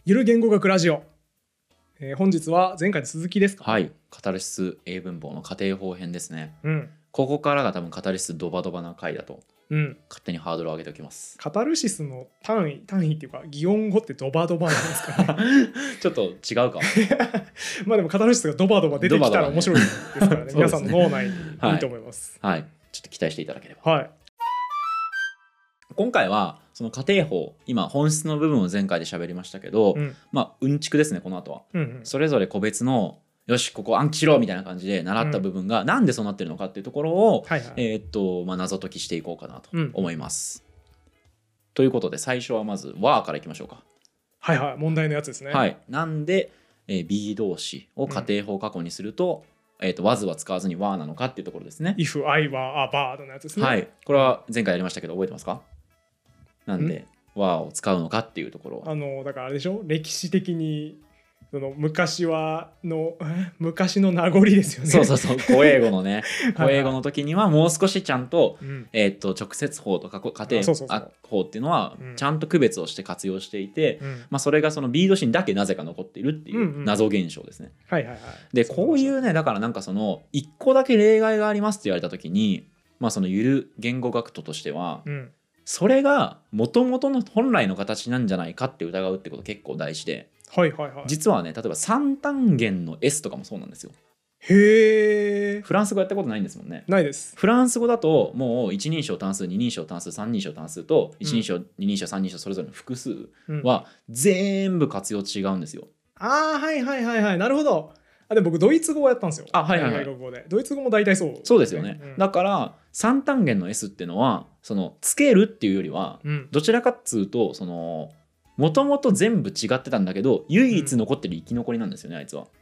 ゆる言語学ラジオ、本日は前回の続きですか。 はい、カタルシス英文法の家庭法編ですね。 うん、 ここからが多分カタルシスドバドバな回だとうん、 勝手にハードルを上げておきます。 カタルシスの単位っていうか擬音語ってドバドバなんですかね。 ちょっと違うかも。 まあでもカタルシスがドバドバ出てきたら面白いですからね。 そうですね皆さんの脳内にいいと思います。 はい、ちょっと期待していただければ。 はい。 今回はその家庭法、今本質の部分を前回で喋りましたけど、うんちくですね。この後は、それぞれ個別のよしここ暗記しろみたいな感じで習った部分がなんでそうなってるのかっていうところを、謎解きしていこうかなと思います。ということで最初はまず和からいきましょうか。 はいはい、問題のやつですね。 はい、なんで、B 動詞を家庭法過去にすると、was は使わずに were なのかっていうところですね。 If I were a bird のやつですね。 はい、これは前回やりましたけど覚えてますか？なんで were を使うのかっていうところはだからあれでしょ、歴史的にその昔の名残ですよね。 そう古英語のね古英語の時にはもう少しちゃんと、直接法とか家庭法っていうのはちゃんと区別をして活用していて、それがその B 動詞にだけなぜか残っているっていう謎現象ですね。でこういうね、だからなんかその1個だけ例外がありますって言われた時に、そのゆる言語学徒としては、それが元々の本来の形なんじゃないかって疑うってこと結構大事で、実はね、例えば三単元の S とかもそうなんですよ。 へー。 フランス語やったことないんですもんね。 ないです。 フランス語だともう一人称単数、二人称単数、三人称単数と一人称、二人称、三人称それぞれの複数は全部活用違うんですよ。 なるほど。で僕ドイツ語をやったんですよ。ドイツ語も大体そうですよね。だから三単元の S っていうのはそのつけるっていうよりは、どちらかっつうとそのもともと全部違ってたんだけど唯一残ってる生き残りなんですよね、あいつは。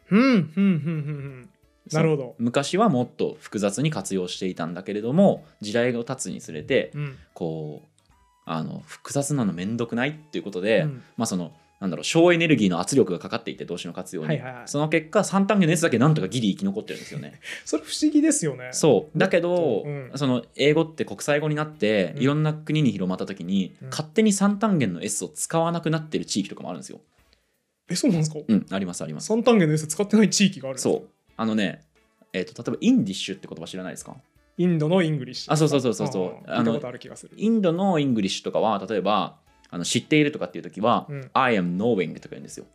なるほど。 昔はもっと複雑に活用していたんだけれども時代が経つにつれて、こう複雑なのめんどくないっていうことで、その省エネルギーの圧力がかかっていて動詞の活用に、その結果三単元の S だけなんとかギリ生き残ってるんですよね。 それ不思議ですよね。 そうだけど、その英語って国際語になっていろんな国に広まった時に、勝手に三単元の S を使わなくなってる地域とかもあるんですよ。 そうなんですか？ ありますあります。 三単元の S 使ってない地域があるんですか？ そう例えばインディッシュって言葉知らないですか？ インドのイングリッシュ。 そう聞いたことある気がする。 インドのイングリッシュとかは例えば知っているとかっていう時は、I am knowing とか言うんですよ。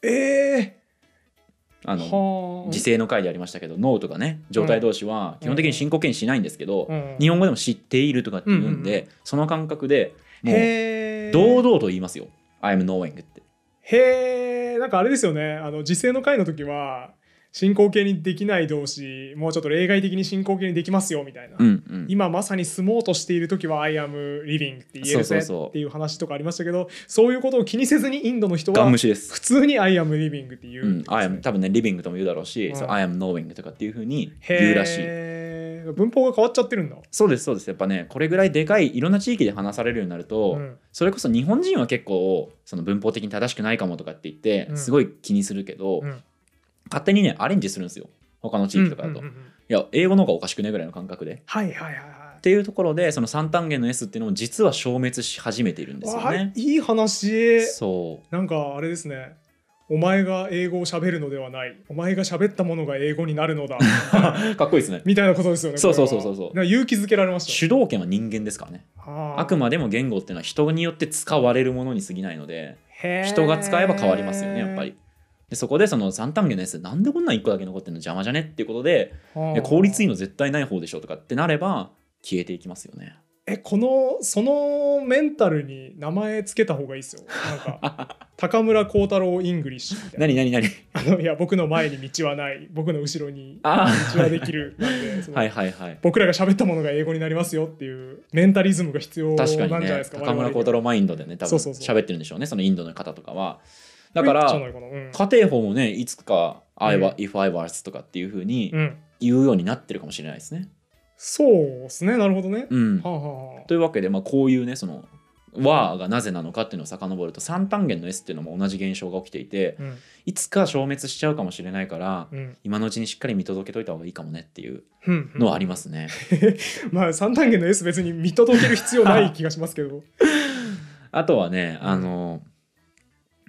時制の回でありましたけど know とかね状態動詞は基本的に進行形にしないんですけど、日本語でも知っているとかっていうんで、その感覚でもう堂々と言いますよ I am knowing って。 なんかあれですよね、時制の回の時は進行形にできない動詞もうちょっと例外的に進行形にできますよみたいな、今まさに住もうとしている時は I am living って言えるぜっていう話とかありましたけど、そういうことを気にせずにインドの人は普通に I am living って言う、 多分ね living とも言うだろうし、I am knowing とかっていう風に言うらしい。 文法が変わっちゃってるんだ。 そうですやっぱねこれぐらいでかいいろんな地域で話されるようになると、それこそ日本人は結構その文法的に正しくないかもとかって言ってすごい気にするけど、勝手にねアレンジするんですよ他の地域とかだと、いや英語の方がおかしくねぐらいの感覚で、っていうところでその三単元の S っていうのも実は消滅し始めているんですよね。 いい話。 そうなんかあれですね、お前が英語を喋るのではない、お前が喋ったものが英語になるのだかっこいいですねみたいなことですよね。 そう勇気づけられました。 主導権は人間ですからね。あくまでも言語っていうのは人によって使われるものに過ぎないので、人が使えば変わりますよねやっぱり。でそこでその三単元のやつなんでこんな1個だけ残ってるの邪魔じゃねっていうことで、効率いいの絶対ない方でしょとかってなれば消えていきますよね。 そのメンタルに名前つけた方がいいですよ。なんか高村光太郎イングリッシュみたいな。 何いや僕の前に道はない、僕の後ろに道はできるなんで僕らが喋ったものが英語になりますよっていうメンタリズムが必要なんじゃないですか。 高村光太郎マインドでね多分喋ってるんでしょうね、そのインドの方とかは。だから家庭法もねいつか if I was とかっていう風に言うようになってるかもしれないですね。 そうですね、なるほどね。 というわけで、こういうねその和がなぜなのかっていうのを遡ると三単元の S っていうのも同じ現象が起きていて、いつか消滅しちゃうかもしれないから、今のうちにしっかり見届けといた方がいいかもねっていうのはありますね。 三単元の S 別に見届ける必要ない気がしますけどあとはね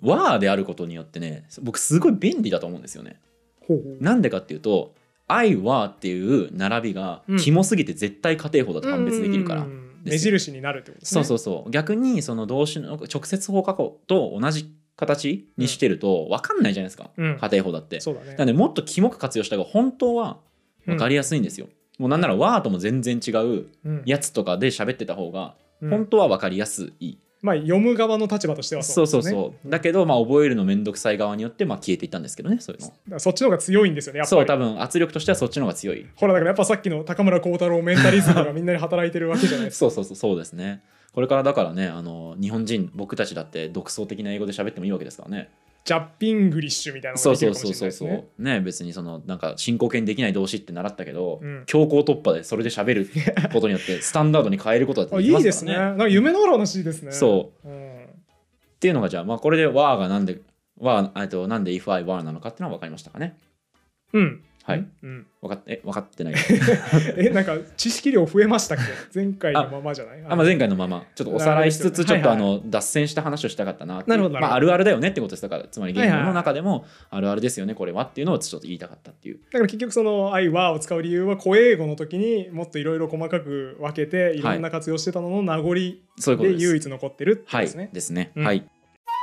和であることによってね、僕すごい便利だと思うんですよね。 ほうほう。 なんでかっていうと I はっていう並びがキモすぎて絶対仮定法だと判別できるから、 目印になるってことですね。 そうそうそう。逆にその動詞の直接法過去と同じ形にしてると分かんないじゃないですか、仮定法だって。 そうだね。 なのでもっとキモく活用した方が本当は分かりやすいんですよ。もうなんなら和とも全然違うやつとかで喋ってた方が本当は分かりやすい。 まあ読む側の立場としてはそうですね。そうだけどまあ覚えるのめんどくさい側によってまあ消えていったんですけどね、そういうの。だからそっちの方が強いんですよね、やっぱり。 そう、多分圧力としてはそっちの方が強い。 ほらだからやっぱさっきの高村光太郎メンタリズムがみんなに働いてるわけじゃないですか。 そうですね。これからだからね、日本人僕たちだって独創的な英語で喋ってもいいわけですからね。 ジャッピングリッシュみたいなのができるかもしれないですね。 ね、別にそのなんか進行形にできない動詞って習ったけど、強行突破でそれで喋ることによってスタンダードに変えることだってできますからね。いいですね。 なんか夢のある話ですね。 そう。っていうのがじゃあ、まあこれで were がなんで if I were なのかっていうのは分かりましたかね。はい。分かってない。 なんか知識量増えましたっけ？前回のままじゃない？ まあ前回のままちょっとおさらいしつつちょっと脱線した話をしたかったなっていう。まああるあるだよねってことです。だからつまり言語の中でもあるあるですよねこれはっていうのをちょっと言いたかったっていう。 だから結局その I were を使う理由は古英語の時にもっといろいろ細かく分けていろんな活用してたのの名残で唯一残ってるってことですね。 ですね。はい。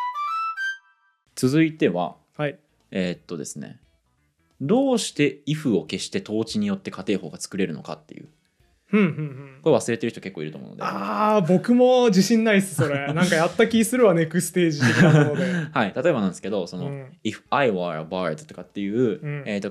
続いてはですね。どうして if を消して統治によって仮定法が作れるのかっていう。これ忘れてる人結構いると思うので。 僕も自信ないっすそれ。なんかやった気するわネクステージ的なもので。 はい、例えばなんですけどその、if I were a bird とかっていう、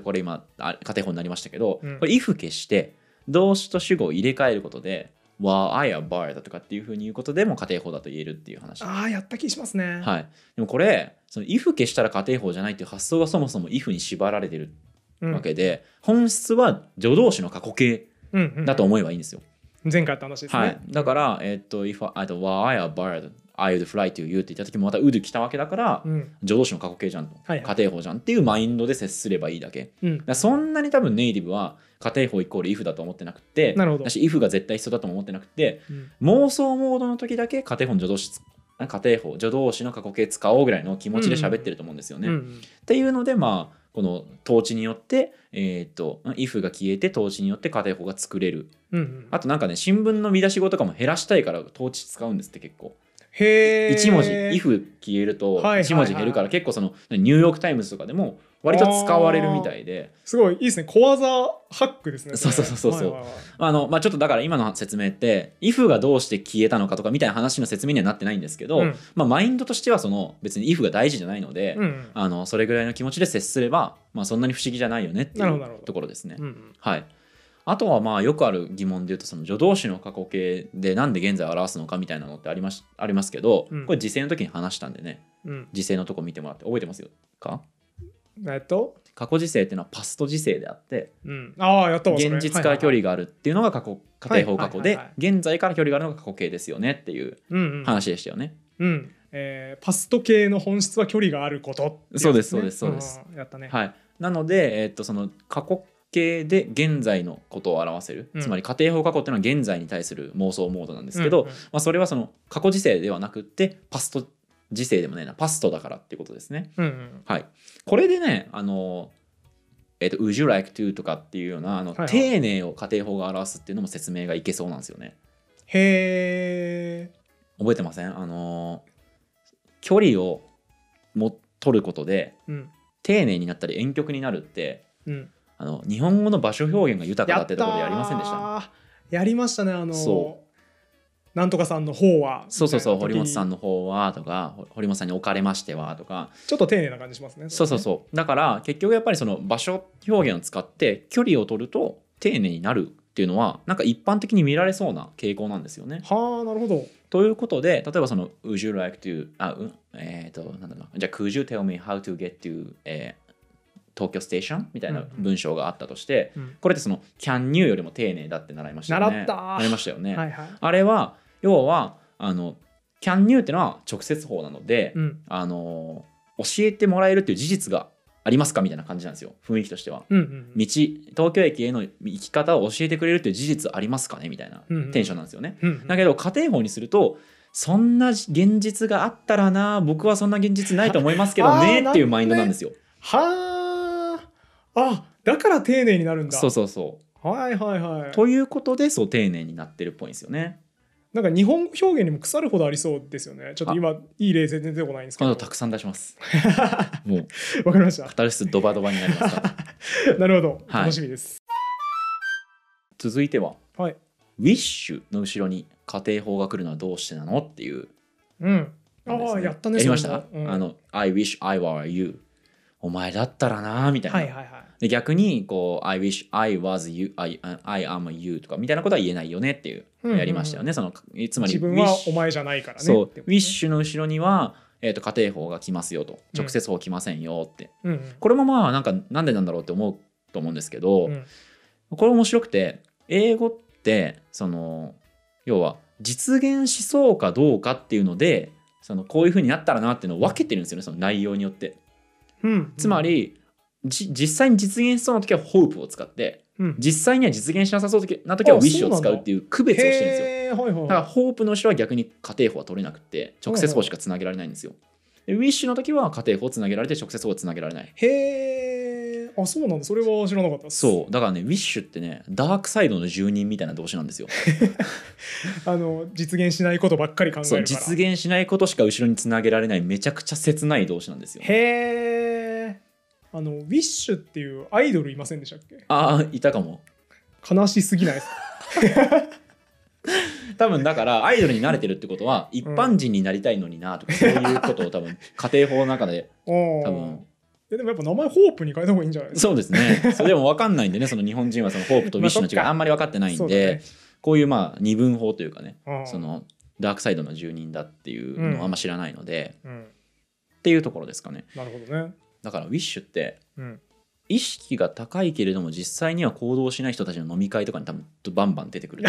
これ今仮定法になりましたけど、これ if 消して動詞と主語を入れ替えることでwere I a bird とかっていう風に言うことでも仮定法だと言えるっていう話。 やった気しますね。 はい。でもこれその if 消したら仮定法じゃないっていう発想がそもそも if に縛られてるわけで、本質は助動詞の過去形だと思えばいいんですよ。 前回あった話ですね。 はい。だからif were I a bird I would fly to you って言った時もまた would 来たわけだから、助動詞の過去形じゃんと、仮定法じゃんっていうマインドで接すればいいだけ。だそんなに多分ネイティブは仮定法イコール if だと思ってなくて、だし if が絶対必要だとも思ってなくて、妄想モードの時だけ仮定法の助動詞助動詞の過去形使おうぐらいの気持ちで喋ってると思うんですよね。っていうのでまあこの統治によってif が消えて統治によって仮定法が作れる。あとなんかね新聞の見出し語とかも減らしたいから統治使うんですって結構。1文字 if 消えると1文字減るから結構そのニューヨークタイムズとかでも割と使われるみたいで、 すごいいいですね。小技ハックですね。 そうまあちょっとだから今の説明って if がどうして消えたのかとかみたいな話の説明にはなってないんですけど、まあマインドとしてはその別に if が大事じゃないので、それぐらいの気持ちで接すればまあそんなに不思議じゃないよねっていうところですね。はい。あとはまあよくある疑問で言うとその助動詞の過去形でなんで現在を表すのかみたいなのってありますけど、これ時制の時に話したんでね、時制のとこ見てもらって覚えてますか？過去時制っていうのはパスト時制であって、現実から距離があるっていうのが仮定法過去で現在から距離があるのが過去形ですよねっていう話でしたよね。 パスト系の本質は距離があること、ね、 そうですやったね。 はい。なので、その過去形で現在のことを表せる、つまり仮定法過去っていうのは現在に対する妄想モードなんですけど、まあ、それはその過去時制ではなくってパスト時制でもねパストだからっていうことですね。はい。これでねwould you like to とかっていうような丁寧を仮定法が表すっていうのも説明がいけそうなんですよね。 へー。 覚えてません？距離を取ることで、丁寧になったり婉曲になるって、日本語の場所表現が豊かだってところでやりませんでした？ やりましたね。なんとかさんの方はそう堀本さんの方はとか堀本さんにおかれましてはとかちょっと丁寧な感じしますね。 そうだから結局やっぱりその場所表現を使って距離を取ると丁寧になるっていうのはなんか一般的に見られそうな傾向なんですよね。 はあ、なるほど。 ということで例えばその Would you like to なんだろうじゃあ Could you tell me how to get to、東京ステーションみたいな文章があったとして、これってその Can you よりも丁寧だって習いましたよね。習いましたよね。あれは要はCan you ってのは直接法なので、教えてもらえるっていう事実がありますかみたいな感じなんですよ、雰囲気としては。東京駅への行き方を教えてくれるっていう事実ありますかねみたいなテンションなんですよね。だけど仮定法にするとそんな現実があったらな、僕はそんな現実ないと思いますけどねっていうマインドなんですよ。 はあ、だから丁寧になるんだ。 そうそうそう。 はいはいはい。 ということでそう丁寧になってるっぽいんですよね。 なんか日本語表現にも腐るほどありそうですよね。ちょっと今いい例全然出てこないんですけど。 たくさん出します。もうわかりました。 カタルシスドバドバになりますから。 なるほど、楽しみです。 続いては、 はい、 ウィッシュの後ろに家庭法が来るのはどうしてなのっていう、 ああ、やったね。 やりました。I wish I were you。お前だったらなみたいな。 はいはいはい。 で逆にこう I wish I was you I am you とかみたいなことは言えないよねっていうやりましたよね。そのつまり自分はお前じゃないからね。 そう、ウィッシュの後ろには家庭法が来ますよと、直接法来ませんよって、これもまあなんでなんだろうって思うと思うんですけど、これ面白くて、英語ってその要は実現しそうかどうかっていうので、そのこういう風になったらなっていうのを分けてるんですよね、その内容によって。つまり実際に実現しそうな時はホープを使って、実際には実現しなさそうな時はウィッシュを使うっていう区別をしてるんですよ。だからホープの後ろは逆に家庭法は取れなくて直接法しかつなげられないんですよ。でウィッシュの時は家庭法をつなげられて直接法をつなげられない。 へえ、あ、そうなんだ。それは知らなかったです。 そうだからね、ウィッシュってね、ダークサイドの住人みたいな動詞なんですよ。 実現しないことばっかり考えるから。 実現しないことしか後ろにつなげられない、めちゃくちゃ切ない動詞なんですよ。 へえ。ウィッシュっていうアイドルいませんでしたっけ？ ああ、いたかも。 悲しすぎないですか？ 多分だからアイドルに慣れてるってことは一般人になりたいのになとか、そういうことを多分家庭法の中で多分でもやっぱ名前ホープに変えた方がいいんじゃないですか？ そうですね。それでも分かんないんでね、その日本人はそのホープとウィッシュの違いあんまり分かってないんで、こういうまあ二分法というかね、そのダークサイドの住人だっていうのをあんま知らないので、っていうところですかね。 なるほどね。 だからウィッシュって意識が高いけれども実際には行動しない人たちの飲み会とかに多分バンバン出てくる。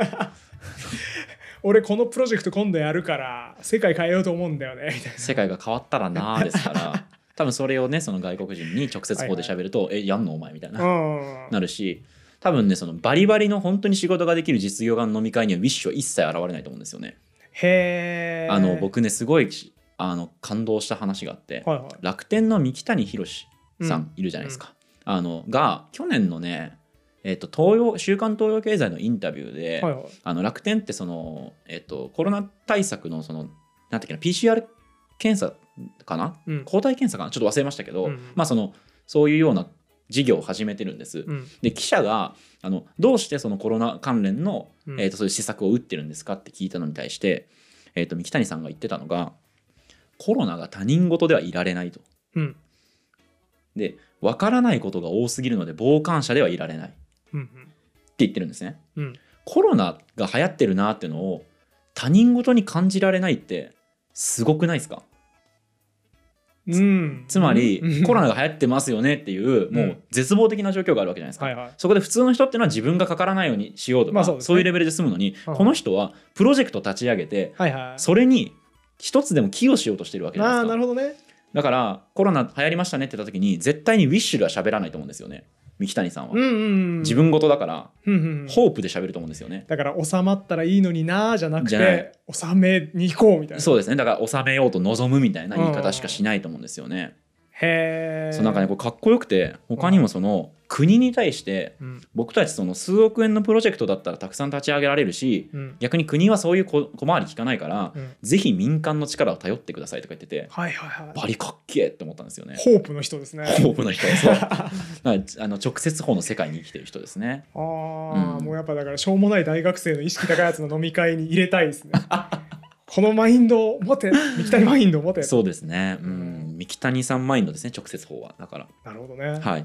俺このプロジェクト今度やるから世界変えようと思うんだよねみたいな。 世界が変わったらなーですから多分それをね、その外国人に直接法で喋るとやんのお前みたいななるし、多分ね、そのバリバリの本当に仕事ができる実業家の飲み会にはウィッシュは一切現れないと思うんですよね。 へー。僕ねすごい感動した話があって、楽天の三木谷浩さんいるじゃないですか。が去年のね、週刊東洋経済のインタビューで、楽天ってその、コロナ対策のそのなんていうかな、 PCR 検査かな、抗体検査かな、ちょっと忘れましたけど、まあそういうような事業を始めてるんです。で記者がどうしてそのコロナ関連の、そういう施策を打ってるんですかって聞いたのに対して、三木谷さんが言ってたのが、コロナが他人事ではいられないと。で分からないことが多すぎるので傍観者ではいられない、って言ってるんですね。コロナが流行ってるなっていうのを他人事に感じられないってすごくないですか？つまりコロナが流行ってますよねっていうもう絶望的な状況があるわけじゃないですか。そこで普通の人っていうのは自分がかからないようにしようとか、そういうレベルで済むのに、この人はプロジェクト立ち上げて、それに一つでも寄与しようとしてるわけじゃないですか。 なるほどね。 だからコロナ流行りましたねって言った時に絶対にウィッシュでは喋らないと思うんですよね、三木谷さんは。自分事だから、ホープで喋ると思うんですよね。 だから収まったらいいのになじゃなくて収めに行こうみたいな。 そうですね。だから収めようと望むみたいな言い方しかしないと思うんですよね。 へえ。 そうなんかね、これかっこよくて、他にもその国に対して僕たちその数億円のプロジェクトだったらたくさん立ち上げられるし、逆に国はそういう小回り聞かないから、ぜひ民間の力を頼ってくださいとか言ってて、バリかっけーって思ったんですよね。 ホープの人ですね。 ホープの人。そう直接法の世界に生きてる人ですね。 もうやっぱだからしょうもない大学生の意識高いやつの飲み会に入れたいですね。このマインドを持て、三木谷マインドを持て。 そうですね。三木谷さんマインドですね、直接法は。だから。 なるほどね。 はい。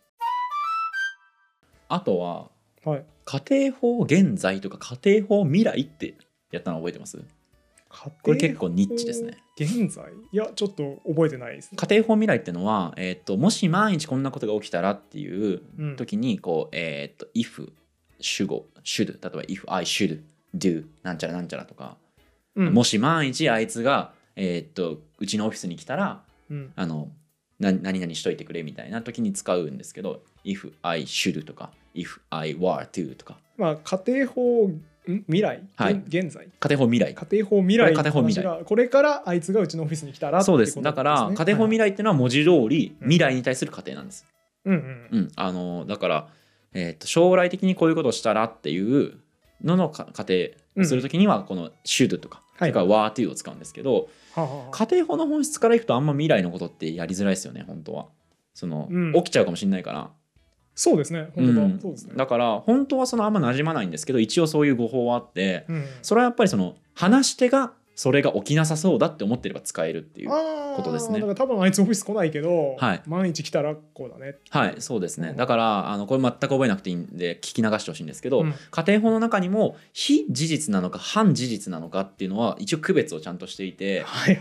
あとは、家庭法現在とか家庭法未来ってやったの覚えてます？これ結構ニッチですね。 現在？いやちょっと覚えてないですね。 家庭法未来ってのは、もし万一こんなことが起きたらっていう時にこう、if 主語 should、 例えば if I should do なんちゃらなんちゃらとか、もし万一あいつが、うちのオフィスに来たら、何々しといてくれみたいな時に使うんですけど、if I should とか if I were to とか。 まあ家庭法未来、 はい、 現在、 家庭法未来、 家庭法未来、 家庭法未来、 これからあいつがうちのオフィスに来たらそうです。だから家庭法未来っていうのは文字通り未来に対する家庭なんです。だから、将来的にこういうことをしたらっていうのの仮定をするときにはこの should とか、それから were to を使うんですけど、家庭法の本質からいくとあんま未来のことってやりづらいですよね本当は。起きちゃうかもしれないから。 そうですね、本当だ、そうですね。 だから本当はあんま馴染まないんですけど、一応そういう語法はあって、それはやっぱり話し手がそれが起きなさそうだって思ってれば使えるっていうことですね。 だから多分あいつオフィス来ないけど、 はい、 万一来たらこうだね。 はい、そうですね。だからこれ全く覚えなくていいんで聞き流してほしいんですけど、家庭法の中にも非事実なのか反事実なのかっていうのは一応区別をちゃんとしていて、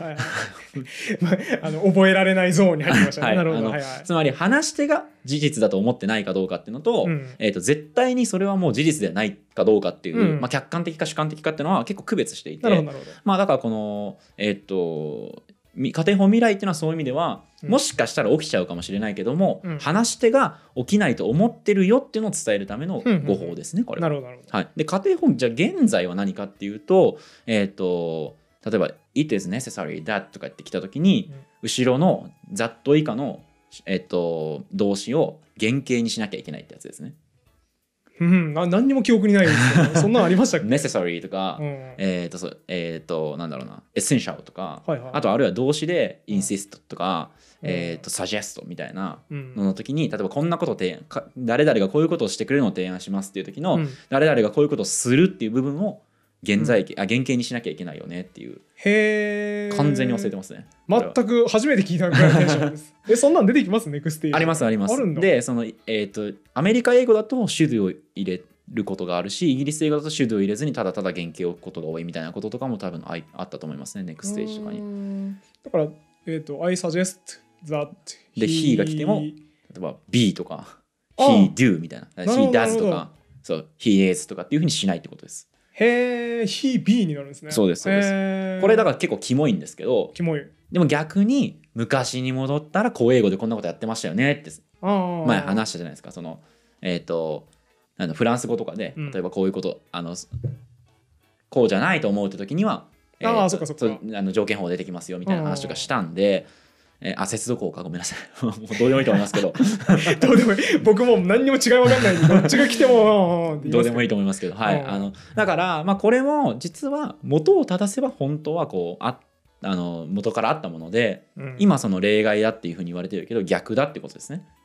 覚えられないゾーンに入ってましたね。なるほど。 つまり話し手が事実だと思ってないかどうかっていうのと、絶対にそれはもう事実ではないかどうかっていう、客観的か主観的かっていうのは結構区別していて、だからこの家庭法未来っていうのはそういう意味では、もしかしたら起きちゃうかもしれないけども、話し手が起きないと思ってるよっていうのを伝えるための語法ですね、これは。はい、で家庭法じゃあ現在は何かっていうと、例えば「It is necessary that」とかってきた時に、後ろの「that」以下の動詞を原型にしなきゃいけないってやつですね。 何にも記憶にないですけどそんなのありましたっけ？ necessary とか、なんだろうな essential とか、あとあるいは動詞で insist とか、suggest みたいなのの時に、例えばこんなことを誰々がこういうことをしてくれるのを提案しますっていう時の、誰々がこういうことをするっていう部分を原型にしなきゃいけないよねっていう。完全に忘れてますね。 全く初めて聞いたぐらいのテンションです。そんなん出てきます？ネクステージ。 ありますあります。でアメリカ英語だと should を入れることがあるし、イギリス英語だと should を入れずにただただ原型を置くことが多いみたいなこととかも多分あったと思いますね、ネクステージとかに。 だからI suggest that で he が来ても、例えば be とか he do みたいな、he does とかhe is とかっていうふうにしないってことです。 へえ、非 B になるんですね。 そうですそうです。これだから結構キモいんですけど、 キモい。 でも逆に昔に戻ったら公英語でこんなことやってましたよねって前話したじゃないですか。フランス語とかで例えばこういうこと、こうじゃないと思うって時には条件法出てきますよみたいな話とかしたんで、接続法か、ごめんなさいもうどうでもいいと思いますけどどうでもいい、僕も何にも違い分かんないんでどっちが来てもどうでもいいと思いますけど、はい、だからこれも実は元を正せば本当はこう元からあったもので、今その例外だっていうふうに言われてるけど逆だってことですね。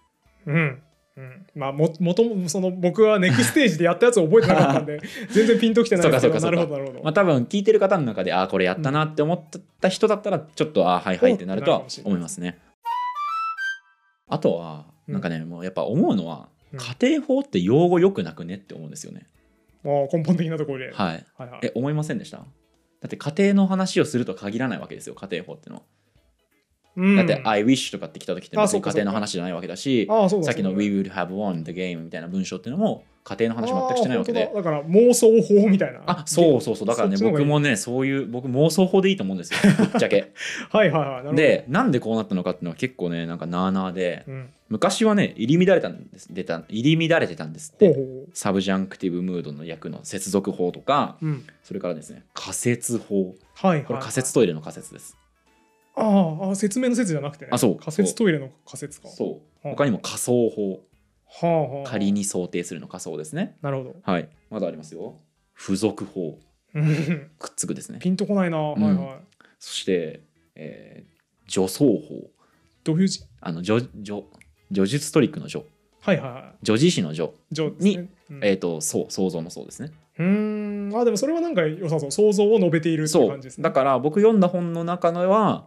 僕はネクステージでやったやつを覚えてなかったんで全然ピンときてないですけど、なるほどなるほど。 多分聞いてる方の中でこれやったなって思った人だったらちょっとはいはいってなるとは思いますね。あとはなんかね、もうやっぱ思うのは家庭法って用語よくなくねって思うんですよね。 根本的なところで。 はい。思いませんでした？だって家庭の話をするとは限らないわけですよ、家庭法ってのは。だって I wish とかって来た時って別に家庭の話じゃないわけだし、さっきの We would have won the game みたいな文章っていうのも家庭の話全くしてないわけで、 だから妄想法みたいな。 そうだからね、僕もね僕妄想法でいいと思うんですよぶっちゃけで、なんでこうなったのかっていうのは結構ねなんかなあなあで、昔はね入り乱れてたんですって。サブジャンクティブムードの訳の接続法とか、それからですね仮説法、これ仮説トイレの仮説です。 説明の説じゃなくてね。仮説トイレの仮説か。 他にも仮想法、仮に想定するの仮想ですね。 なるほど。 はい、まだありますよ。付属法くっつくですね。 ピンとこないな。 そして助走法。 どういう字？ 叙述トリックの叙、叙事詩の叙に想像の想ですね。 でもそれはなんか良さそう。想像を述べているっていう感じですね。 だから僕読んだ本の中では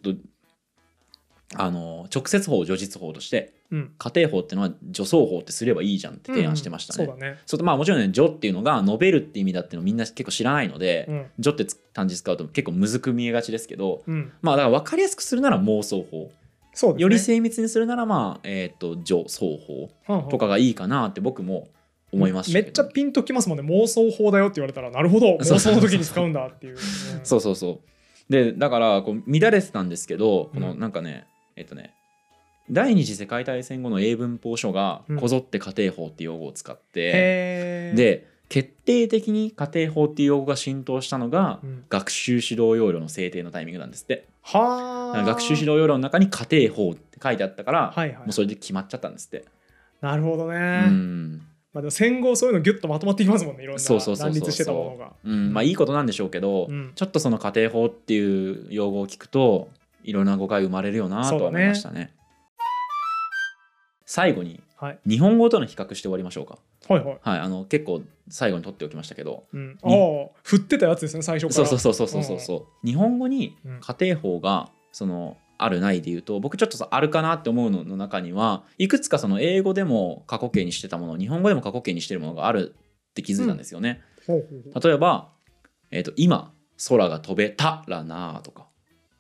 直接法叙述法として、家庭法っていうのは助走法ってすればいいじゃんって提案してましたね。そうだね。もちろんね叙っていうのが述べるって意味だっていうのをみんな結構知らないので、叙って漢字使うと結構むずく見えがちですけど、だから分かりやすくするなら妄想法、より精密にするなら助走法とかがいいかなって僕も思いましたけど。 めっちゃピンときますもんね。妄想法だよって言われたらなるほど、妄想の時に使うんだっていう。 そうで、だからこう乱れてたんですけど、このなんかね第二次世界大戦後の英文法書がこぞって家庭法って用語を使って、で決定的に家庭法っていう用語が浸透したのが、学習指導要領の制定のタイミングなんですって。学習指導要領の中に家庭法って書いてあったから、もうそれで決まっちゃったんですって。 なるほどね。まあ、でも戦後そういうのギュッとまとまっていきますもんね、いろんな乱立してたものが。 まあいいことなんでしょうけど、ちょっとその家庭法っていう用語を聞くといろんな誤解生まれるよなとは思いましたね。最後に、日本語との比較して終わりましょうか。結構最後に取っておきましたけど、 振ってたやつですね、最初から。 そう日本語に家庭法がそのあるないでいうと、僕ちょっとあるかなって思うのの中にはいくつかその英語でも過去形にしてたもの、日本語でも過去形にしてるものがあるって気づいたんですよね。例えば、今空が飛べたらなとか。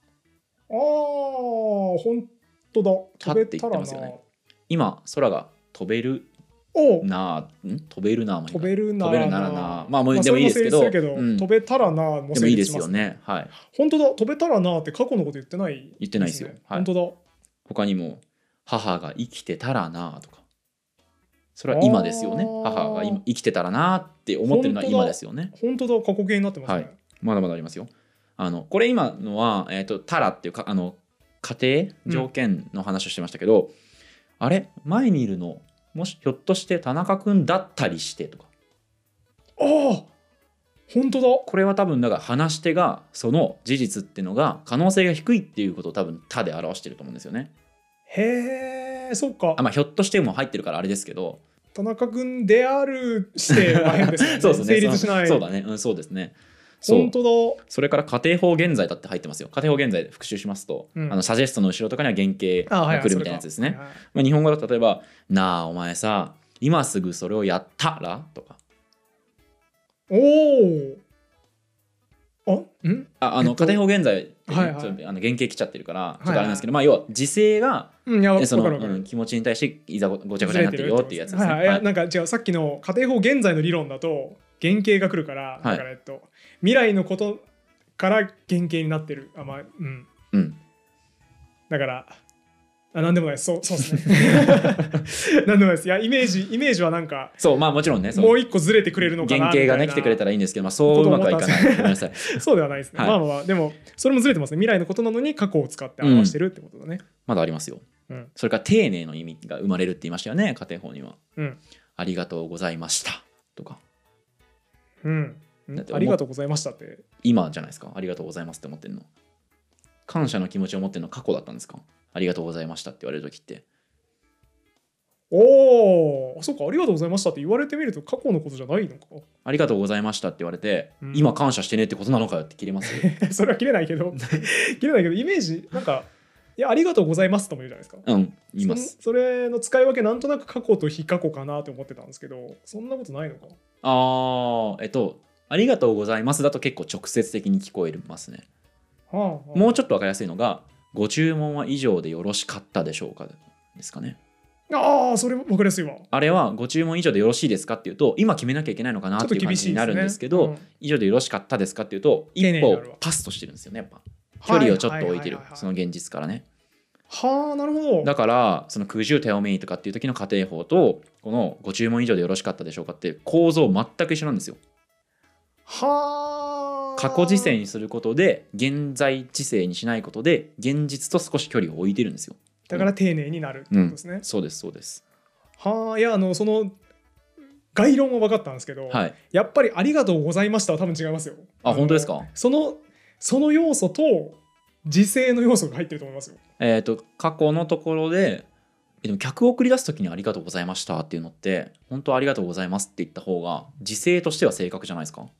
本当だ。 飛べたらな。今空が飛べるな、飛べるな、 飛べるならな、 まあでもいいですけど、 飛べたらなもでもいいですよね。 本当だ、飛べたらなって過去のこと言ってない。 言ってないですよ。 本当だ。 他にも母が生きてたらなとか、それは今ですよね。母が今生きてたらなって思ってるのは今ですよね。 本当だ、過去形になってますね。 まだまだありますよ。これ今のはたらっていうか家庭条件の話をしてましたけど、あれ前にいるのもしひょっとして田中君だったりしてとか。 本当だ。 これは多分だから話し手がその事実っていうのが可能性が低いっていうことを多分他で表してると思うんですよね。 へえ、そっか。 まあひょっとしても入ってるからあれですけど、 田中君であるしては変ですよね。 そうですね。 成立しない。 そうだね。そうですね。 本当だ。 それから家庭法現在だって入ってますよ。家庭法現在で復習しますと、サジェストの後ろとかには原型が来るみたいなやつですね。日本語だと例えば「なあお前さ今すぐそれをやったら?」とか。 家庭法現在って原型来ちゃってるからちょっとあれなんですけど、要は時勢がその気持ちに対していざごちゃごちゃになってるよっていうやつですね。 なんか違う、さっきの家庭法現在の理論だと原型が来るから、だから未来のことから原型になってる。だから何でもないです。そうですね。何でもないです。いやイメージはなんかまあもちろんね、 もう一個ずれてくれるのかなみたいな。 原型がね来てくれたらいいんですけど、そううまくはいかない。ごめんなさい。 そうではないですね。まあでもそれもずれてますね。未来のことなのに過去を使って表してるってことだね。 まだありますよ。それから丁寧の意味が生まれるって言いましたよね、家庭法には。ありがとうございましたとか。 ありがとうございましたって今じゃないですか。ありがとうございますって思ってるの。感謝の気持ちを持ってるの過去だったんですか。ありがとうございましたって言われる時って。 そうか、ありがとうございましたって言われてみると過去のことじゃないのか。 ありがとうございましたって言われて、今感謝してねってことなのかよって切れますそれは切れないけどイメージなんか、いやありがとうございますとも言うじゃないですか。 言います。 それの使い分けなんとなく過去と非過去かなと思ってたんですけど、そんなことないのか。 ありがとうございますだと結構直接的に聞こえますね。もうちょっと分かりやすいのが、ご注文は以上でよろしかったでしょうかですかね。 それ分かりやすいわ。 あれはご注文以上でよろしいですかっていうと、今決めなきゃいけないのかなっていう感じになるんですけど、以上でよろしかったですかっていうと一歩パスとしてるんですよね。やっぱ距離をちょっと置いてる、その現実からね。 なるほど。 だからその空中手をメインとかっていう時の家庭法とこのご注文以上でよろしかったでしょうかって構造全く一緒なんですよ。過去時世にすることで現在時世にしないことで現実と少し距離を置いてるんですよ。 だから丁寧になるってことですね。 そうですそうです。 いやその概論は分かったんですけど、やっぱりありがとうございましたは多分違いますよ。 本当ですか。 その要素と時世の要素が入ってると思いますよ。 過去のところでも客を送り出す時にありがとうございましたっていうのって本当ありがとうございますって言った方が時勢としては正確じゃないですか。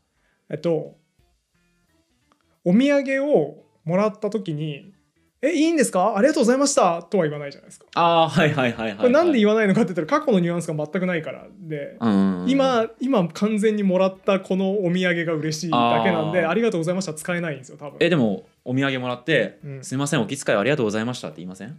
お土産をもらった時にいいんですかありがとうございましたとは言わないじゃないですか。これなんで言わないのかって言ったら過去のニュアンスが全くないからで、今完全にもらったこのお土産が嬉しいだけなんでありがとうございました使えないんですよ多分。 でもお土産もらって、すいませんお気遣いありがとうございましたって言いません？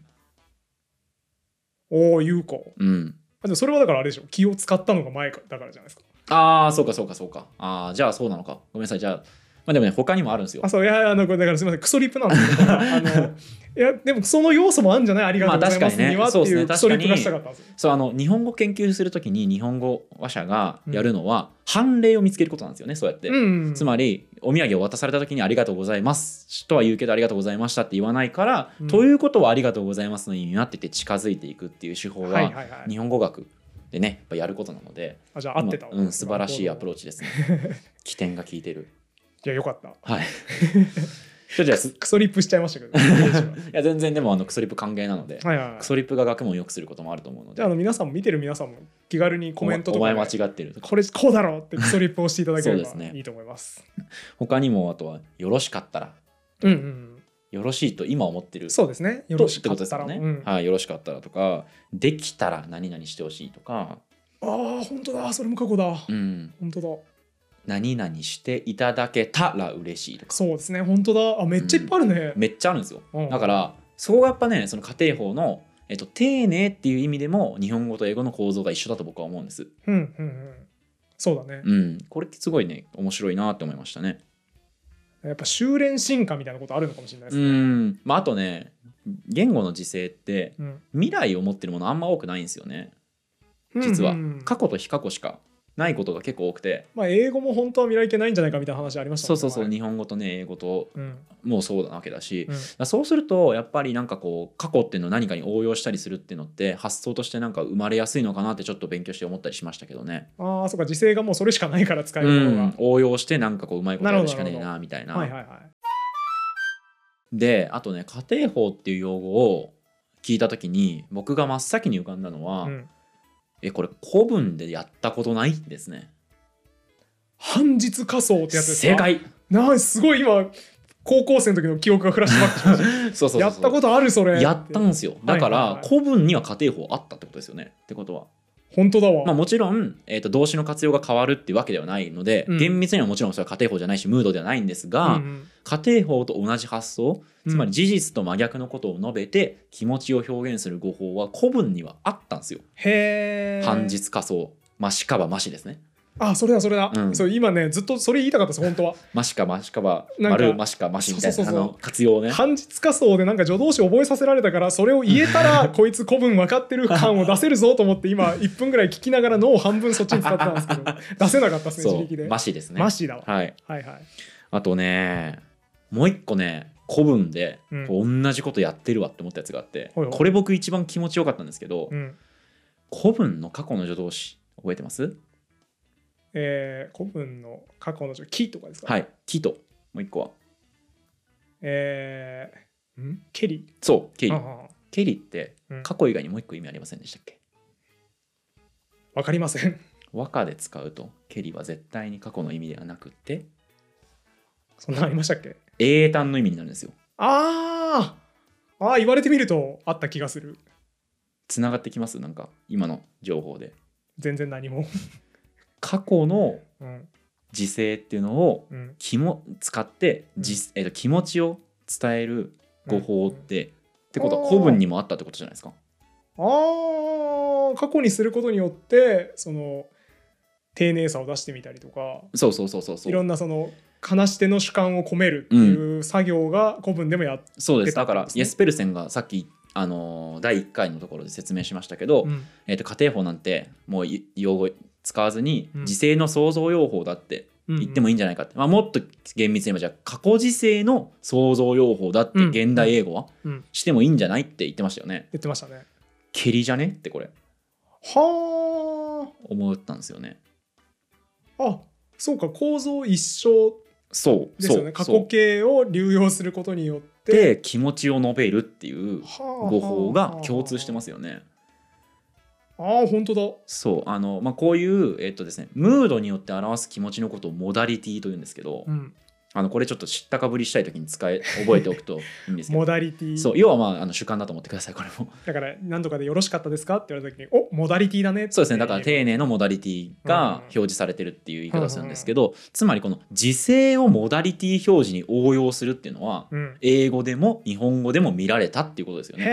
言うか。でもそれはだからあれでしょ、気を使ったのが前だからじゃないですか。 そうか。じゃあそうなのか。ごめんなさい。じゃあまあでもね他にもあるんですよ。 あ、そう、いやだからすみません、クソリップなんですけどいやでもその要素もあるんじゃない、ありがとうございますにはっていうクソリップがしたかったんですよ。 そう日本語研究するときに日本語話者がやるのは、判例を見つけることなんですよね。そうやって、つまりお土産を渡されたときにありがとうございますとは言うけどありがとうございましたって言わないから、ということはありがとうございますの意味はって言って近づいていくっていう手法は日本語学でねやっぱやることなので、 じゃあ合ってたわ、 素晴らしいアプローチですね。起点が効いてる。 いやよかった。 はい。じゃクソリップしちゃいましたけど、いや全然でもクソリップ歓迎なので、クソリップが学問を良くすることもあると思うので、 じゃあ皆さんも見てる皆さんも気軽にコメントとかお前間違ってるこれこうだろうってクソリップをしていただければいいと思います。 他にもあとはよろしかったら、よろしいと今思ってる、 そうですね、 よろしかったらね、はい、よろしかったらとか、できたら何々してほしいとか、 ああ本当だ、それも過去だ。本当だ。 何々していただけたら嬉しいとか。 そうですね、本当だ。あ、めっちゃいっぱいあるね。 めっちゃあるんですよ。だからそこがやっぱね、その家庭法の丁寧っていう意味でも日本語と英語の構造が一緒だと僕は思うんです。そうだね。これすごいね面白いなって思いましたね。 やっぱ修練進化みたいなことあるのかもしれないですね。 あとね、言語の時勢って、未来を持ってるものあんま多くないんですよね。実は過去と非過去しかないことが結構多くて、 英語も本当は未来系ないんじゃないかみたいな話ありましたね。そう日本語とね英語ともうそうなわけだし、そうするとやっぱりなんかこう過去っていうのを何かに応用したりするっていうのって発想としてなんか生まれやすいのかなってちょっと勉強して思ったりしましたけどね。 あ、そうか、時勢がもうそれしかないから使えるものが、 応用してなんかこううまいことやるしかねえなみたいな。であとね、家庭法っていう用語を聞いた時に僕が真っ先に浮かんだのは、これ古文でやったことないですね。 半日仮想ってやつですか？正解。すごい今高校生の時の記憶がフラッシュバックしました。やったことあるそれ。 やったんですよ。だから古文には家庭法あったってことですよね。ってことは本当だわ。 もちろん、動詞の活用が変わるっていうわけではないので、厳密にはもちろんそれは家庭法じゃないしムードではないんですが、家庭法と同じ発想、つまり事実と真逆のことを述べて気持ちを表現する語法は古文にはあったんですよ。 へー。 半日仮想、ましかばましですね。 あ、それだそれだ、そう今ねずっとそれ言いたかったです本当は。 ましかましかば丸ましかましみたいな活用ね。 半日仮想でなんか助動詞覚えさせられたから、それを言えたらこいつ古文分かってる感を出せるぞと思って今1分ぐらい聞きながら脳を半分そっちに使ってたんですけど出せなかったですね、自力で。 ましですね。 ましだわ。 はいはい。あとねもう一個ね古文で同じことやってるわって思ったやつがあって、これ僕一番気持ちよかったんですけど、古文の過去の助動詞覚えてます？ 古文の過去の助動詞、きとかですか？ はい、きともう一個はけり。 そうけり。けりって過去以外にもう一個意味ありませんでしたっけ？ わかりません。 和歌で使うとけりは絶対に過去の意味ではなくって、 そんなありましたっけ？ 英単の意味になるんですよ。 言われてみるとあった気がする。 つながってきます？なんか今の情報で。 全然何も。 過去の時勢っていうのを使って気持ちを伝える語法ってことは古文にもあったってことじゃないですか。 過去にすることによってその丁寧さを出してみたりとか、 そういろんなその話し手の主観を込めるっていう作業が古文でもやってたんですね。 そうです。だからイエスペルセンがさっき第1回のところで説明しましたけど、家庭法なんてもう用語使わずに時勢の創造用法だって言ってもいいんじゃないかって、もっと厳密に言えばじゃあ過去時勢の創造用法だって現代英語はしてもいいんじゃないって言ってましたよね。 言ってましたね。 蹴りじゃねってこれ思ったんですよね。 そうか、構造一緒ですよね。過去形を流用することによって気持ちを述べるっていう語法が共通してますよね。 本当だ。 そうこういうですね、ムードによって表す気持ちのことをモダリティというんですけど、これちょっと知ったかぶりしたい時に覚えておくといいんですけどモダリティ。 そう、要は主観だと思ってください。これもだから何とかでよろしかったですかって言われた時にモダリティだねって。 そうですね。だから丁寧のモダリティが表示されてるっていう言い方をするんですけど、つまりこの時勢をモダリティ表示に応用するっていうのは、英語でも日本語でも見られたっていうことですよね。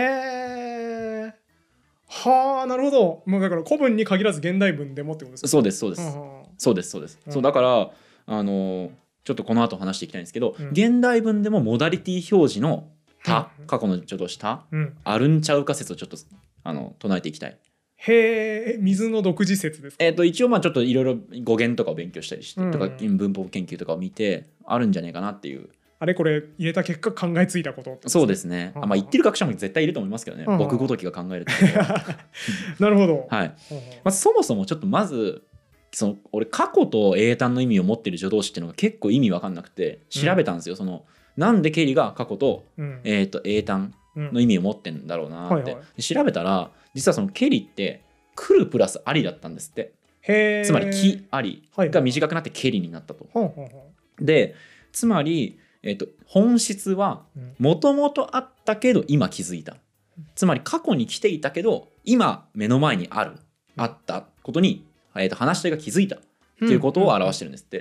なるほど。もうだから古文に限らず現代文でもってことですか？ そうですそうです。そうだからちょっとこの後話していきたいんですけど、現代文でもモダリティ表示の他、過去の助動詞他、あるんちゃうか説をちょっと唱えていきたい。 へえ、水の独自説ですか。 一応ちょっといろいろ語源とかを勉強したりして、とか文法研究とかを見てあるんじゃないかなっていう。 あれこれ入れた結果考えついたこと、 そうですね。言ってる学者も絶対いると思いますけどね、僕ごときが考えるってなるほど。 はい。そもそもちょっとまず俺過去と英単の意味を持ってる助動詞っていうのが結構意味わかんなくて調べたんですよ。なんでケリが過去と、英単の意味を持ってんだろうなって、調べたら実はケリって来るプラスありだったんですって。つまり来ありが短くなってケリになったと。でつまり、本質はもともとあったけど今気づいた。つまり過去に来ていたけど今目の前にあったことに、話し手が気づいたっていうことを表してるんですって。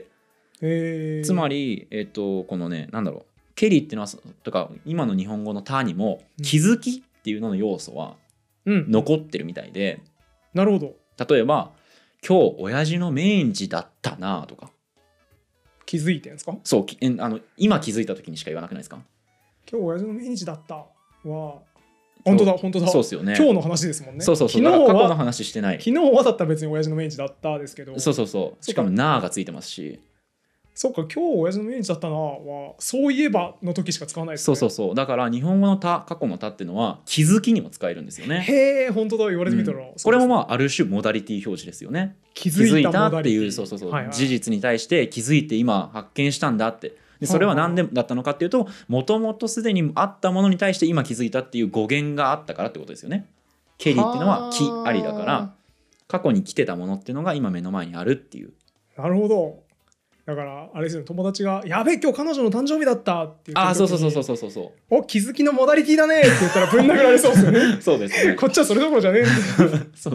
つまり、このねなんだろう、ケリっていうのはとか今の日本語の他にも気づきっていうのの要素は残ってるみたいで、 なるほど。 例えば今日親父の命日だったなとか。 気づいてんですか。 そう今気づいた時にしか言わなくないですか。 今日親父の命日だったは本当だ本当だ。 そうですよね。 今日の話ですもんね。 そう昨日は過去の話してない。 昨日はだったら別に親父の命日だったですけど。 そうしかもなーがついてますし。 そうか、今日親父の命日だったなはそういえばの時しか使わないですね。 そうだから日本語の他過去の他っていうのは気づきにも使えるんですよね。 へえ、本当だ、言われてみたら、 これもある種モダリティ表示ですよね。気づいたっていう事実に対して気づいて今発見したんだって。でそれは何でだったのかっていうと、もともとすでにあったものに対して今気づいたっていう語源があったからってことですよね。ケリっていうのは気ありだから過去に来てたものっていうのが今目の前にあるっていう。 なるほど。だからあれですよ、友達がやべえ今日彼女の誕生日だったって言ってそうお気づきのモダリティだねって言ったらぶん殴られそうですよね。 そうですね。 こっちはそれどころじゃねえんだよ。 そう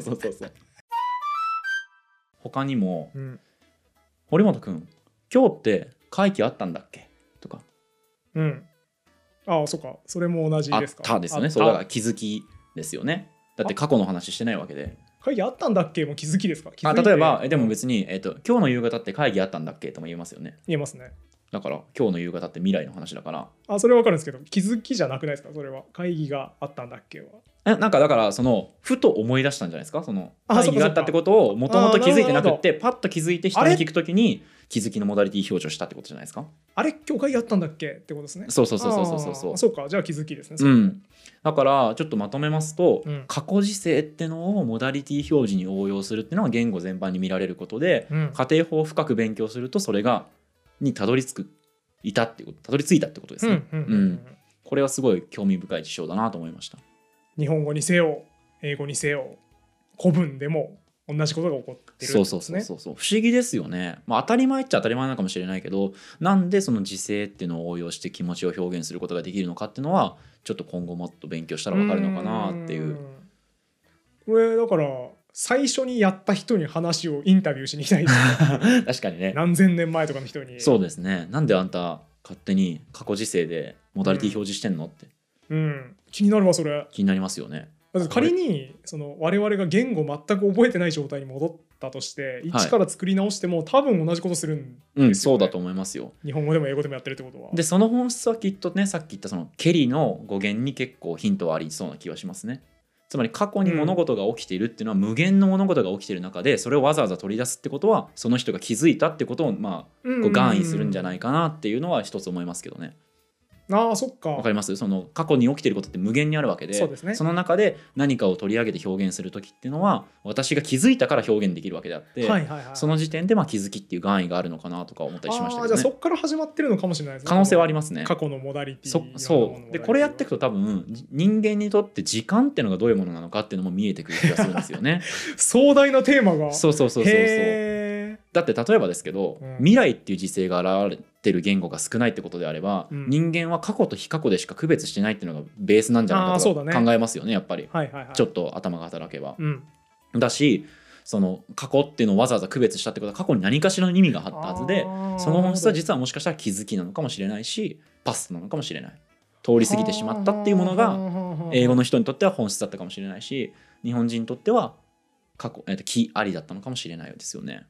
他にも、堀本くん今日って会期あったんだっけとか。 ああ、そうか、それも同じですか。 あったですね。そうだから気づきですよね。だって過去の話してないわけで。 会議あったんだっけも気づきですか。 例えばでも別に、今日の夕方って会議あったんだっけとも言えますよね。 言えますね。 だから今日の夕方って未来の話だから。 それは分かるんですけど気づきじゃなくないですか。それは会議があったんだっけはなんかだからふと思い出したんじゃないですか。会議があったってことをもともと気づいてなくってパッと気づいて人に聞くときに気づきのモダリティ表示をしたってことじゃないですか。 あれ今日会議あったんだっけってことですね。 そうそうか、じゃあ気づきですね。 だからちょっとまとめますと、過去時世ってのをモダリティ表示に応用するっていうのは言語全般に見られることで、家庭法を深く勉強するとそれがにたどり着いたってことですね。これはすごい興味深い事象だなと思いました。 日本語にせよ英語にせよ古文でも同じことが起こってるんですね。 そう不思議ですよね。当たり前っちゃ当たり前なのかもしれないけど、なんでその時勢っていうのを応用して気持ちを表現することができるのかっていうのはちょっと今後もっと勉強したら分かるのかなっていう。 これだから最初にやった人に話をインタビューしに行きたいですね。 確かにね。 何千年前とかの人に。 そうですね。なんであんた勝手に過去時世でモダリティ表示してんのって。 気になるわそれ。 気になりますよね。 仮に我々が言語全く覚えてない状態に戻ったとして一から作り直しても多分同じことするんですよね。 そうだと思いますよ。 日本語でも英語でもやってるってことは。 でその本質はきっとね、さっき言ったケリの語源に結構ヒントはありそうな気はしますね。つまり過去に物事が起きているっていうのは無限の物事が起きている中でそれをわざわざ取り出すってことはその人が気づいたってことを含意するんじゃないかなっていうのは一つ思いますけどね。 そっか。 わかります。過去に起きていることって無限にあるわけで、 そうですね。 その中で何かを取り上げて表現する時っていうのは私が気づいたから表現できるわけであって、その時点で気づきっていう含意があるのかなとか思ったりしましたけどね。 じゃあそっから始まってるのかもしれないですね。 可能性はありますね。 過去のモダリティ。 そうでこれやっていくと多分人間にとって時間っていうのがどういうものなのかっていうのも見えてくる気がするんですよね。 壮大なテーマが。 そうだって例えばですけど、未来っていう時勢が現れてる言語が少ないってことであれば、人間は過去と非過去でしか区別してないっていうのがベースなんじゃないかと考えますよね、やっぱり、ちょっと頭が働けば、だし過去っていうのをわざわざ区別したってことは過去に何かしらの意味があったはずで、その本質は実はもしかしたら気づきなのかもしれないしパスなのかもしれない、通り過ぎてしまったっていうものが英語の人にとっては本質だったかもしれないし、日本人にとっては過去気ありだったのかもしれないですよね。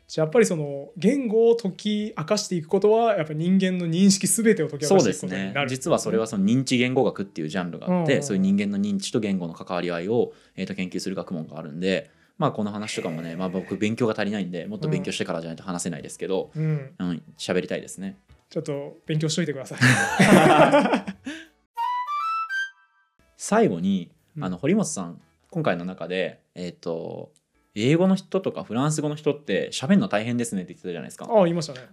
やっぱりその言語を解き明かしていくことはやっぱり人間の認識全てを解き明かしていくことになる。 そうですね。実はそれはその認知言語学っていうジャンルがあって、そういう人間の認知と言語の関わり合いを、研究する学問があるんで、まあこの話とかもね、まあ、僕勉強が足りないんでもっと勉強してからじゃないと話せないですけど、喋りたいですね。 ちょっと勉強しといてください。 最後に堀本さん今回の中で英語の人とかフランス語の人って喋るの大変ですねって言ってたじゃないですか。 ああ、言いましたね。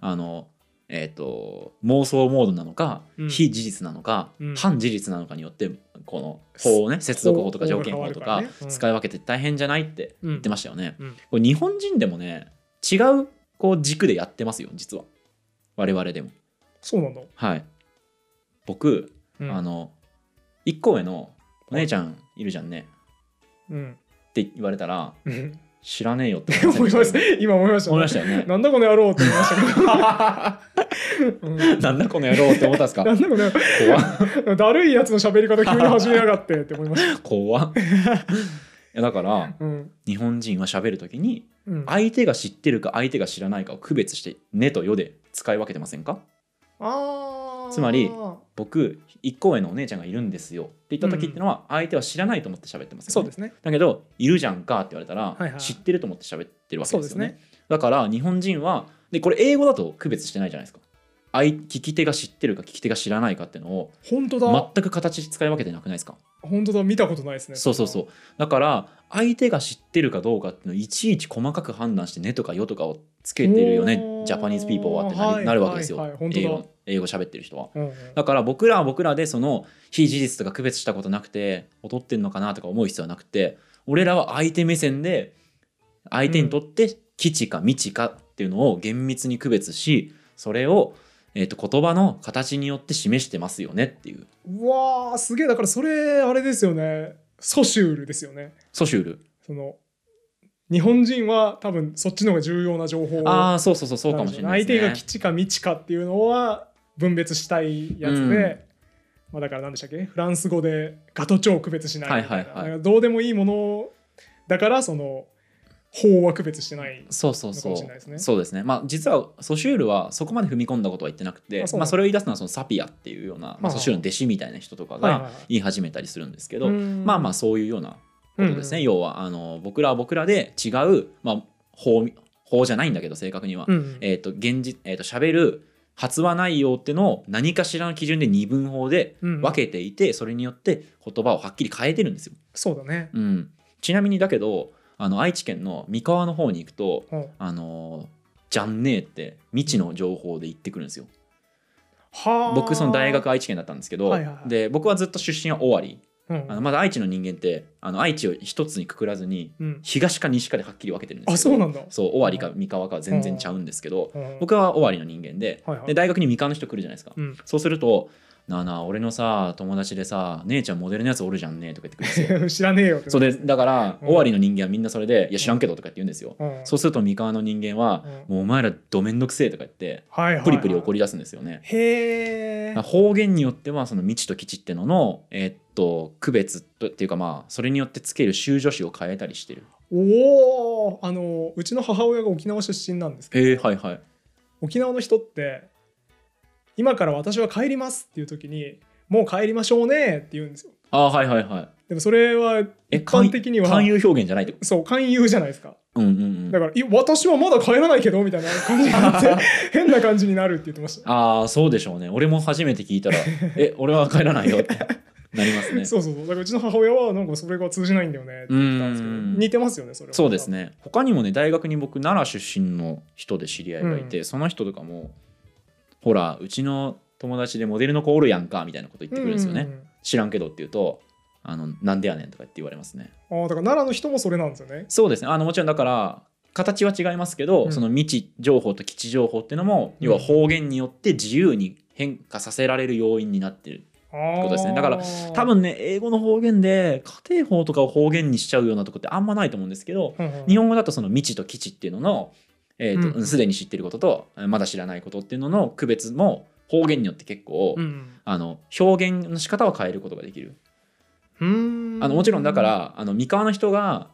妄想モードなのか、非事実なのか、反事実なのかによってこの法をね、接続法とか条件法とか使い分けて大変じゃないって言ってましたよね。これ日本人でもね違うこう軸でやってますよ実は。我々でも。 そうなんだ。 はい。僕、1個上のお姉ちゃんいるじゃんね、って言われたら、知らねえよって思いました。今思いましたね。 思いましたよね。 なんだこの野郎って思いましたけど。 なんだこの野郎って思ったんですか。 なんだこの野郎。だるいやつの喋り方急に始めやがってって思いました。 怖っ。だから、日本人は喋るときに相手が知ってるか相手が知らないかを区別して「ね」と「よ」で使い分けてませんか。つまり僕1個上のお姉ちゃんがいるんですよって言った時ってのは相手は知らないと思って喋ってますよね。 そうですね。 だけどいるじゃんかって言われたら知ってると思って喋ってるわけですよね。だから日本人はでこれ英語だと区別してないじゃないですか。聞き手が知ってるか聞き手が知らないかっていうのを本当だ全く形使い分けてなくないですか。 本当だ、見たことないですね。 そうそうそう。だから相手が知ってるかどうかっていうのをいちいち細かく判断して「ね」とか「よ」とかをつけてるよねジャパニーズピーポーはってなるわけですよ、英語喋ってる人は。だから僕らは僕らでその非事実とか区別したことなくて劣ってんのかなとか思う必要はなくて、俺らは相手目線で相手にとって基地か未知かっていうのを厳密に区別し、それを言葉の形によって示してますよねっていう。 うわーすげえ。だからそれあれですよね、ソシュールですよね。 ソシュール。 その日本人は多分そっちの方が重要な情報を、 ああそうそうそうそうかもしれないですね。 相手が基地か未知かっていうのは分別したいやつで、まあ、だから何でしたっけ、フランス語でガとチョを区別しないみたいな、どうでもいいものだからその法は区別してないのかもしれないですね。 そうですね。まあ実はソシュールはそこまで踏み込んだことは言ってなくて、それを言い出すのはそのサピアっていうような、ソシュールの弟子みたいな人とかが言い始めたりするんですけど、まあまあそういうようなことですね。要は僕らは僕らで違う、まあ、法じゃないんだけど正確には、喋る発話内容ってのを何かしらの基準で二分法で分けていて、それによって言葉をはっきり変えてるんですよ。 そうだね。 ちなみにだけど愛知県の三河の方に行くと、じゃんねえって未知の情報で言ってくるんですよ。僕その大学愛知県だったんですけど、で僕はずっと出身は尾張。まだ愛知の人間って愛知を一つにくくらずに、東か西かではっきり分けてるんですけど、 そうなんだ。 そう尾張か三河か全然ちゃうんですけど、僕は尾張の人間で、大学に三河の人来るじゃないですか、そうするとなあなあ俺のさ友達でさ姉ちゃんモデルのやつおるじゃんねとか言ってくるんですよ。 知らねえよって。 そうでだから尾張の人間はみんなそれでいや知らんけどとかって言うんですよ。そうすると三河の人間はもうお前らどめんどくせえとか言ってプリプリ怒り出すんですよね。 へえ。 方言によってはその未知と基地ってのの区別っていうか、まあそれによってつける修助詞を変えたりしてる。 おお、うちの母親が沖縄出身なんですけど、沖縄の人って今から私は帰りますっていう時にもう帰りましょうねって言うんですよ。でもそれは一般的には勧誘表現じゃないってこと。 そう勧誘じゃないですか。だから私はまだ帰らないけどみたいな感じになって変な感じになるって言ってました。 ああそうでしょうね。俺も初めて聞いたら俺は帰らないよってなりますね。 そうだからうちの母親はなんかそれが通じないんだよねって言ったんですけど、似てますよねそれは。 そうですね。他にもね大学に僕奈良出身の人で知り合いがいて、その人とかもほらうちの友達でモデルの子おるやんかみたいなこと言ってくるんですよね。知らんけどって言うとなんでやねんとかって言われますね。 だから奈良の人もそれなんですよね。 そうですね。もちろんだから形は違いますけど、その未知情報と基地情報っていうのも、要は方言によって自由に変化させられる要因になってるってことですね。だから多分ね英語の方言で家庭法とかを方言にしちゃうようなとこってあんまないと思うんですけど、日本語だとその未知と基地っていうののすでに知ってることとまだ知らないことっていうのの区別も方言によって結構、表現の仕方は変えることができる。もちろんだから三河の人が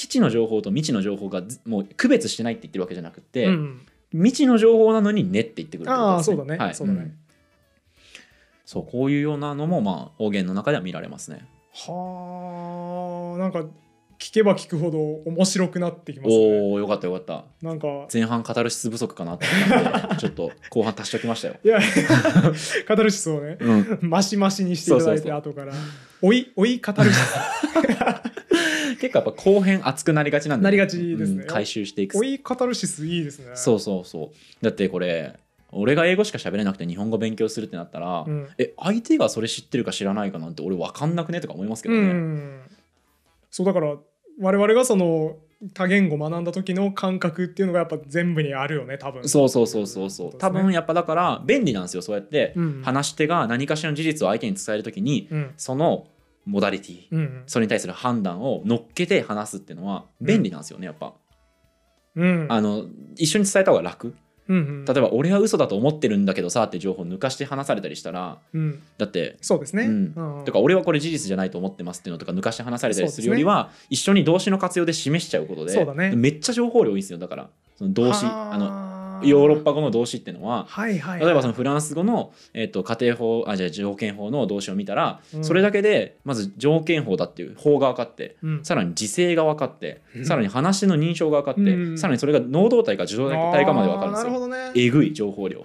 基地の情報と未知の情報がもう区別してないって言ってるわけじゃなくて、未知の情報なのにねって言ってくるってことですね。 そうだね、はい、そうだね、 そうこういうようなのもまあ方言の中では見られますね。 はあ、なんか聞けば聞くほど面白くなってきますね。 おお、よかったよかった。 なんか前半カタルシス不足かなと思ってちょっと後半足しておきましたよ。 いやカタルシスをね、マシマシにしていただいて、後からおいカタルシス結構やっぱ後編熱くなりがちなんで、 なりがちですね、 回収していく。 おいカタルシスいいですね。 そうだってこれ俺が英語しか喋れなくて日本語勉強するってなったら、相手がそれ知ってるか知らないかなんて俺分かんなくねとか思いますけどね。 そうだから我々がその多言語学んだ時の感覚っていうのがやっぱ全部にあるよね、多分。 そう、多分やっぱだから便利なんですよ。そうやって話し手が何かしらの事実を相手に伝える時に、そのモダリティ、それに対する判断を乗っけて話すっていうのは便利なんですよね、やっぱ。一緒に伝えた方が楽。例えば俺は嘘だと思ってるんだけどさって情報を抜かして話されたりしたら、だってそうですね、 とか俺はこれ事実じゃないと思ってますっていうのとか抜かして話されたりするよりは、一緒に動詞の活用で示しちゃうことで、めっちゃ情報量多いんですよ。だからその動詞ヨーロッパ語の動詞っていうのは、例えばそのフランス語の、家庭法じゃあ条件法の動詞を見たら、それだけでまず条件法だっていう法が分かって、さらに時制が分かって、さらに話の認証が分かって、さらにそれが能動体か受動体かまで分かるんですよ。えぐい情報量。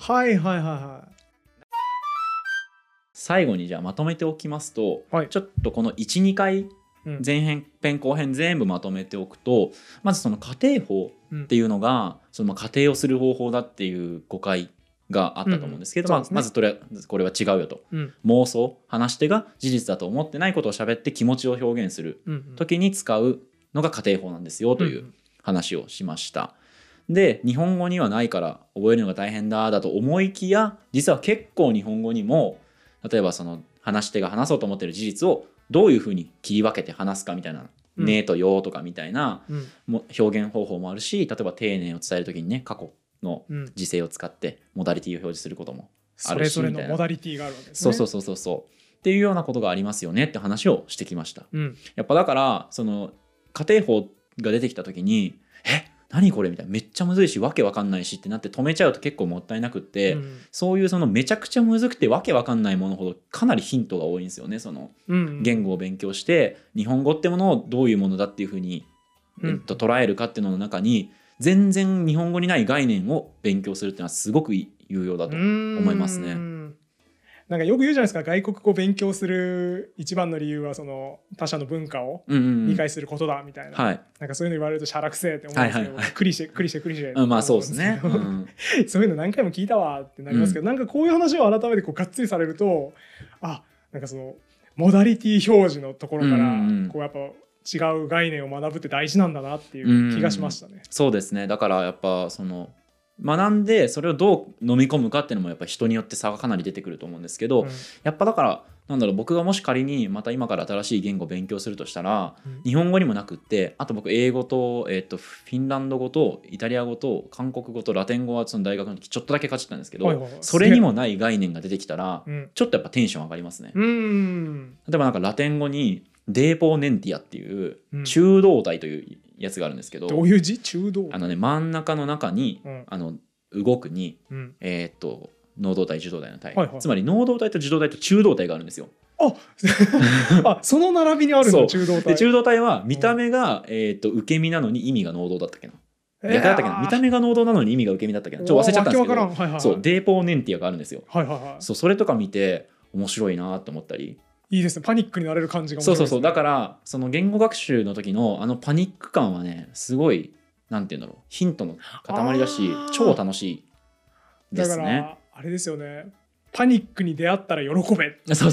最後にじゃあまとめておきますと、ちょっとこの 1,2 回前編後編全部まとめておくと、まずその家庭法っていうのが、その家庭をする方法だっていう誤解があったと思うんですけど、まずこれは違うよと、妄想、話し手が事実だと思ってないことを喋って気持ちを表現する時に使うのが家庭法なんですよという話をしました。で、日本語にはないから覚えるのが大変だと思いきや、実は結構日本語にも例えばその話し手が話そうと思っている事実をどういうふうに切り分けて話すかみたいな、ねとよとかみたいな表現方法もあるし、例えば丁寧を伝える時にね、過去の時制を使ってモダリティを表示することもあるし、 それぞれのモダリティがあるわけですね。 そうっていうようなことがありますよねって話をしてきました。やっぱだからその家庭法が出てきた時に何これみたいな、めっちゃむずいしわけわかんないしってなって止めちゃうと結構もったいなくって、そういうそのめちゃくちゃむずくてわけわかんないものほどかなりヒントが多いんですよね。その言語を勉強して日本語ってものをどういうものだっていうふうに、捉えるかっていうのの中に全然日本語にない概念を勉強するっていうのはすごく有用だと思いますね。 なんかよく言うじゃないですか、外国語を勉強する一番の理由はその他者の文化を理解することだみたいな、なんかそういうの言われるとしゃらくせえって思うんですけど、クリシェまあそうですね、 そういうの何回も聞いたわってなりますけど、なんかこういう話を改めてこうがっつりされると、なんかそのモダリティ表示のところからこうやっぱ違う概念を学ぶって大事なんだなっていう気がしましたね。 そうですね。だからやっぱその学んでそれをどう飲み込むかっていうのもやっぱ人によって差がかなり出てくると思うんですけど、やっぱだからなんだろう、僕がもし仮にまた今から新しい言語を勉強するとしたら、日本語にもなくって、あと僕英語と、フィンランド語とイタリア語と韓国語とラテン語はその大学の時ちょっとだけかじったんですけど、それにもない概念が出てきたら、ちょっとやっぱテンション上がりますね。例えばなんかラテン語にデーポーネンティアっていう中動体というやつがあるんですけど、 どういう字？中動？ 真ん中の中に、動くに、能動体受動体の体、つまり能動体と受動体と中動体があるんですよ。 その並びにあるの。中動体。 で中動体は見た目が、受け身なのに意味が能動だったっけな、逆だったっけな、見た目が能動なのに意味が受け身だったっけな、ちょっと忘れちゃったんですけど、そうデーポーネンティアがあるんですよ。それとか見て面白いなと思ったり。 いいですね。パニックになれる感じが面白いですね。 そうだからその言語学習の時のパニック感はね、すごいなんていうんだろう、ヒントの塊だし超楽しいですね。 だからあれですよね、パニックに出会ったら喜べ。 そう、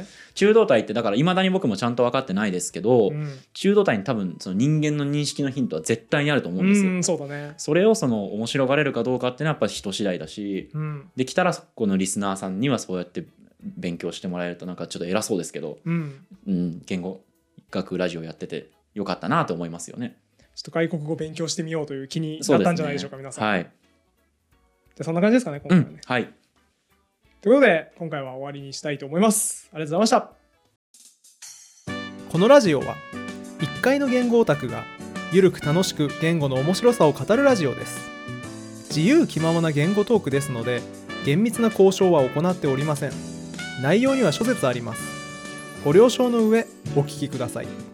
中動体ってだからいまだに僕もちゃんと分かってないですけど、中動体に多分その人間の認識のヒントは絶対にあると思うんですよ。 そうだね。 それをその面白がれるかどうかっていうのはやっぱ人次第だし、できたらそこのリスナーさんにはそうやって勉強してもらえると、なんかちょっと偉そうですけど、言語学ラジオやっててよかったなと思いますよね。 ちょっと外国語勉強してみようという気になったんじゃないでしょうか、皆さん。じゃあそんな感じですかね、今回はね。ということで今回は終わりにしたいと思います。ありがとうございました。このラジオは1階の言語オタクがゆるく楽しく言語の面白さを語るラジオです。自由気ままな言語トークですので、厳密な交渉は行っておりません。内容には諸説あります。ご了承の上お聞きください。